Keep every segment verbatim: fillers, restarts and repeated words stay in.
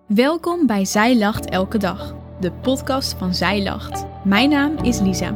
Welkom bij Zij Lacht Elke Dag, de podcast van Zij Lacht. Mijn naam is Lisa.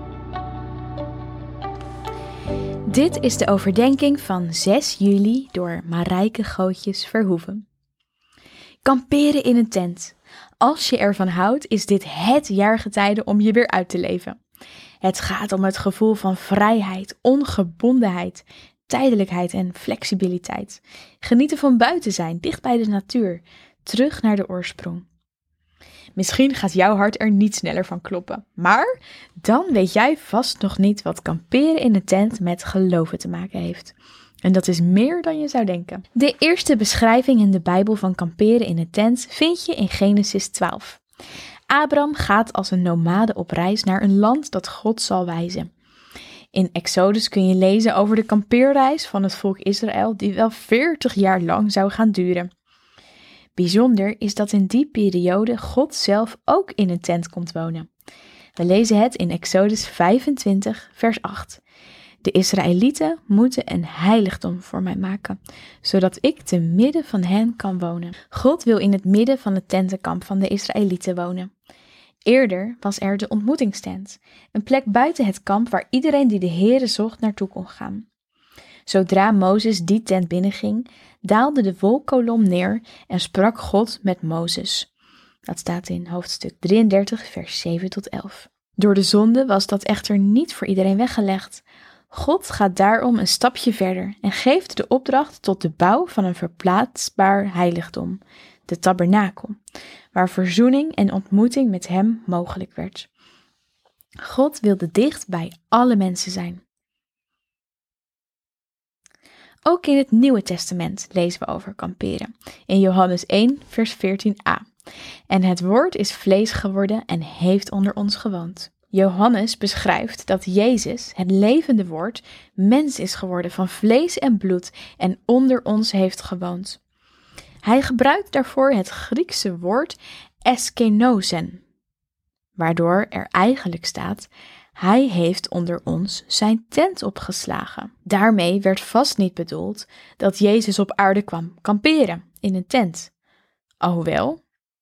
Dit is de overdenking van zes juli door Marijke Gootjes Verhoeven. Kamperen in een tent. Als je ervan houdt, is dit het jaargetijde om je weer uit te leven. Het gaat om het gevoel van vrijheid, ongebondenheid, tijdelijkheid en flexibiliteit. Genieten van buiten zijn, dicht bij de natuur. Terug naar de oorsprong. Misschien gaat jouw hart er niet sneller van kloppen, maar dan weet jij vast nog niet wat kamperen in een tent met geloven te maken heeft. En dat is meer dan je zou denken. De eerste beschrijving in de Bijbel van kamperen in een tent vind je in Genesis twaalf. Abraham gaat als een nomade op reis naar een land dat God zal wijzen. In Exodus kun je lezen over de kampeerreis van het volk Israël die wel veertig jaar lang zou gaan duren. Bijzonder is dat in die periode God zelf ook in een tent komt wonen. We lezen het in Exodus vijfentwintig, vers acht. De Israëlieten moeten een heiligdom voor mij maken, zodat ik te midden van hen kan wonen. God wil in het midden van het tentenkamp van de Israëlieten wonen. Eerder was er de ontmoetingstent, een plek buiten het kamp waar iedereen die de Heere zocht naartoe kon gaan. Zodra Mozes die tent binnenging, daalde de wolkkolom neer en sprak God met Mozes. Dat staat in hoofdstuk drieëndertig, vers zeven tot elf. Door de zonde was dat echter niet voor iedereen weggelegd. God gaat daarom een stapje verder en geeft de opdracht tot de bouw van een verplaatsbaar heiligdom, de tabernakel, waar verzoening en ontmoeting met hem mogelijk werd. God wilde dicht bij alle mensen zijn. Ook in het Nieuwe Testament lezen we over kamperen. In Johannes één, vers veertien a. En het woord is vlees geworden en heeft onder ons gewoond. Johannes beschrijft dat Jezus, het levende woord, mens is geworden van vlees en bloed en onder ons heeft gewoond. Hij gebruikt daarvoor het Griekse woord eskenosen, waardoor er eigenlijk staat: Hij heeft onder ons zijn tent opgeslagen. Daarmee werd vast niet bedoeld dat Jezus op aarde kwam kamperen in een tent. Alhoewel,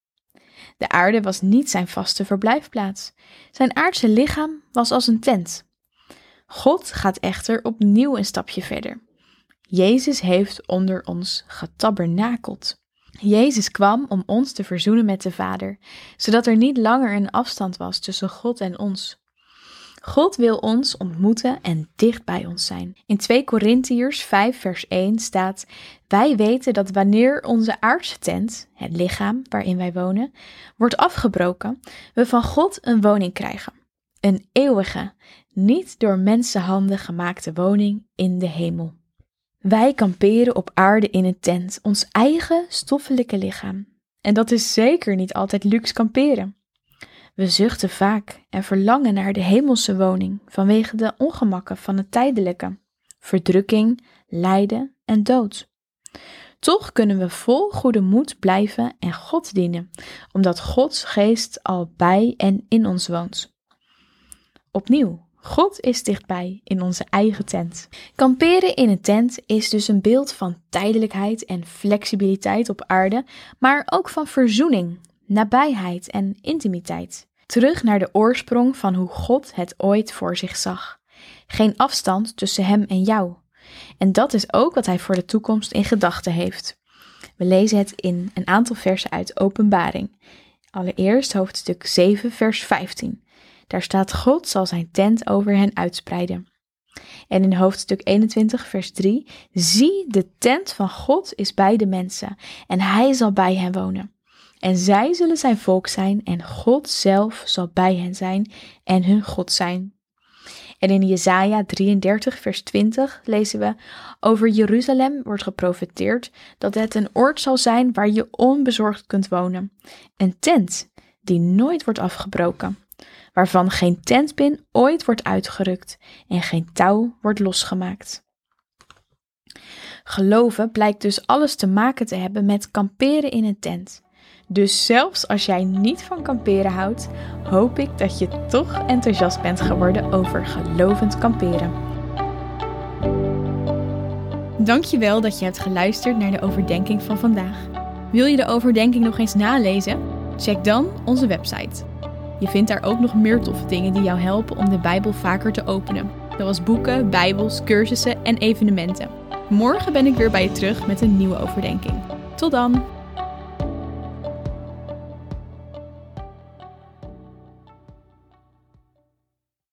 de aarde was niet zijn vaste verblijfplaats. Zijn aardse lichaam was als een tent. God gaat echter opnieuw een stapje verder. Jezus heeft onder ons getabernakeld. Jezus kwam om ons te verzoenen met de Vader, zodat er niet langer een afstand was tussen God en ons. God wil ons ontmoeten en dicht bij ons zijn. In twee Korintiërs vijf vers één staat: Wij weten dat wanneer onze aardse tent, het lichaam waarin wij wonen, wordt afgebroken, we van God een woning krijgen. Een eeuwige, niet door mensenhanden gemaakte woning in de hemel. Wij kamperen op aarde in een tent, ons eigen stoffelijke lichaam. En dat is zeker niet altijd luxe kamperen. We zuchten vaak en verlangen naar de hemelse woning vanwege de ongemakken van het tijdelijke, verdrukking, lijden en dood. Toch kunnen we vol goede moed blijven en God dienen, omdat Gods geest al bij en in ons woont. Opnieuw, God is dichtbij in onze eigen tent. Kamperen in een tent is dus een beeld van tijdelijkheid en flexibiliteit op aarde, maar ook van verzoening, nabijheid en intimiteit. Terug naar de oorsprong van hoe God het ooit voor zich zag. Geen afstand tussen hem en jou. En dat is ook wat hij voor de toekomst in gedachten heeft. We lezen het in een aantal versen uit Openbaring. Allereerst hoofdstuk zeven vers vijftien. Daar staat: God zal zijn tent over hen uitspreiden. En in hoofdstuk eenentwintig vers drie. Zie, de tent van God is bij de mensen en hij zal bij hen wonen. En zij zullen zijn volk zijn en God zelf zal bij hen zijn en hun God zijn. En in Jesaja drieëndertig vers twintig lezen we: Over Jeruzalem wordt geprofeteerd dat het een oord zal zijn waar je onbezorgd kunt wonen. Een tent die nooit wordt afgebroken, waarvan geen tentpin ooit wordt uitgerukt en geen touw wordt losgemaakt. Geloven blijkt dus alles te maken te hebben met kamperen in een tent. Dus zelfs als jij niet van kamperen houdt, hoop ik dat je toch enthousiast bent geworden over gelovend kamperen. Dankjewel dat je hebt geluisterd naar de overdenking van vandaag. Wil je de overdenking nog eens nalezen? Check dan onze website. Je vindt daar ook nog meer toffe dingen die jou helpen om de Bijbel vaker te openen. Zoals boeken, bijbels, cursussen en evenementen. Morgen ben ik weer bij je terug met een nieuwe overdenking. Tot dan!